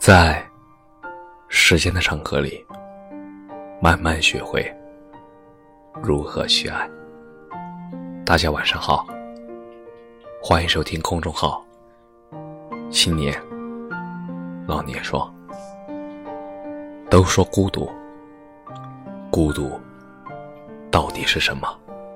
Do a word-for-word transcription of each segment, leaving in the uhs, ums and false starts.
在时间的长河里，慢慢学会如何去爱。大家晚上好，欢迎收听公众号青年老年说。都说孤独，孤独到底是什么？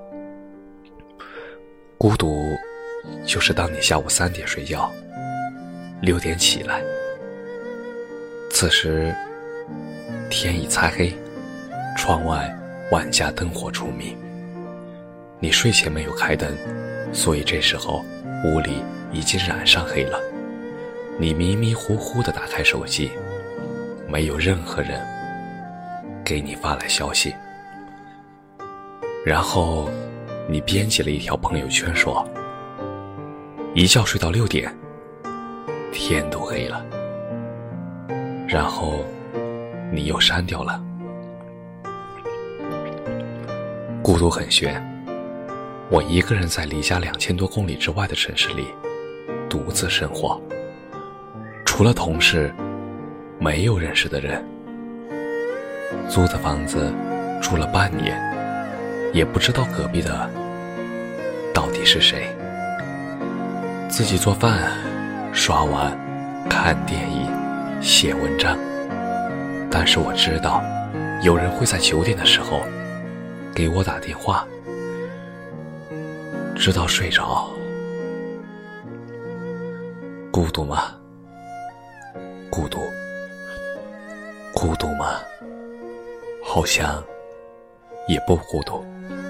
孤独就是当你下午三点睡觉，六点起来，此时天已擦黑，窗外万家灯火初明，你睡前没有开灯，所以这时候屋里已经染上黑了。你迷迷糊糊地打开手机，没有任何人给你发来消息，然后你编辑了一条朋友圈说，一觉睡到六点，天都黑了，然后你又删掉了。孤独很悬，我一个人在离家两千多公里之外的城市里独自生活，除了同事没有认识的人，租的房子住了半年，也不知道隔壁的到底是谁。自己做饭、刷碗、看电影、写文章，但是我知道有人会在九点的时候给我打电话，直到睡着。孤独吗？孤独。孤独吗？好像也不孤独。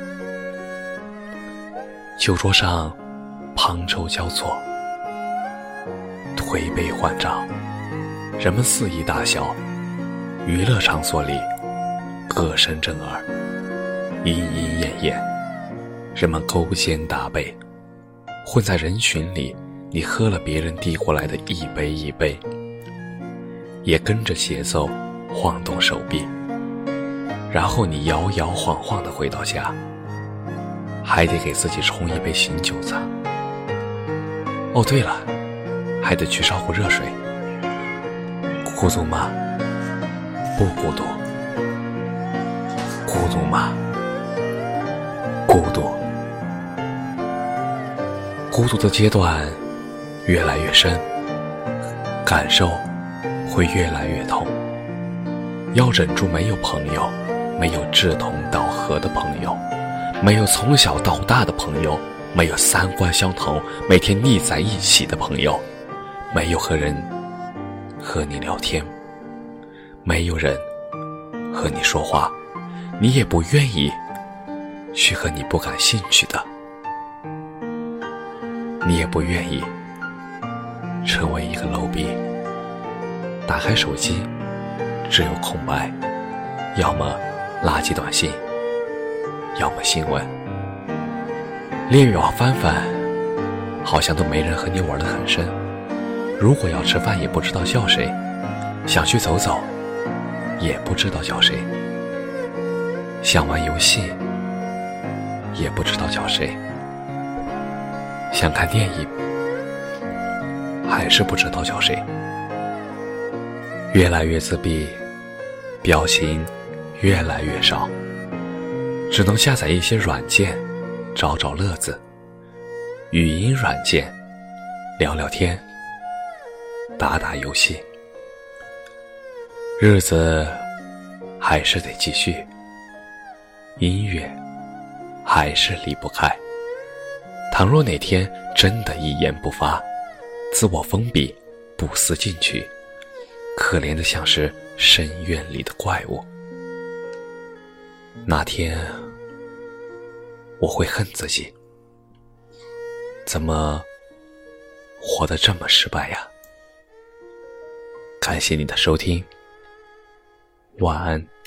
酒桌上旁抽交错，推杯换盏，人们肆意大笑，娱乐场所里歌声震耳，莺莺燕燕，人们勾肩搭背，混在人群里，你喝了别人递过来的一杯一杯，也跟着节奏晃动手臂，然后你摇摇晃晃地回到家，还得给自己冲一杯醒酒茶。哦对了，还得去烧壶热水。孤独吗？不孤独。孤独吗？孤独。孤独的阶段越来越深，感受会越来越痛。要忍住没有朋友，没有志同道合的朋友，没有从小到大的朋友，没有三观相同每天腻在一起的朋友，没有和人和你聊天，没有人和你说话，你也不愿意去和你不感兴趣的，你也不愿意成为一个 low 逼。打开手机只有空白，要么垃圾短信，要么新闻。列表翻翻，好像都没人和你玩得很深。如果要吃饭也不知道叫谁，想去走走也不知道叫谁，想玩游戏也不知道叫谁，想看电影还是不知道叫谁。越来越自闭，表情越来越少，只能下载一些软件找找乐子，语音软件聊聊天，打打游戏。日子还是得继续，音乐还是离不开。倘若哪天真的一言不发，自我封闭，不思进取，可怜的像是深渊里的怪物，那天我会恨自己，怎么活得这么失败呀？感谢你的收听，晚安。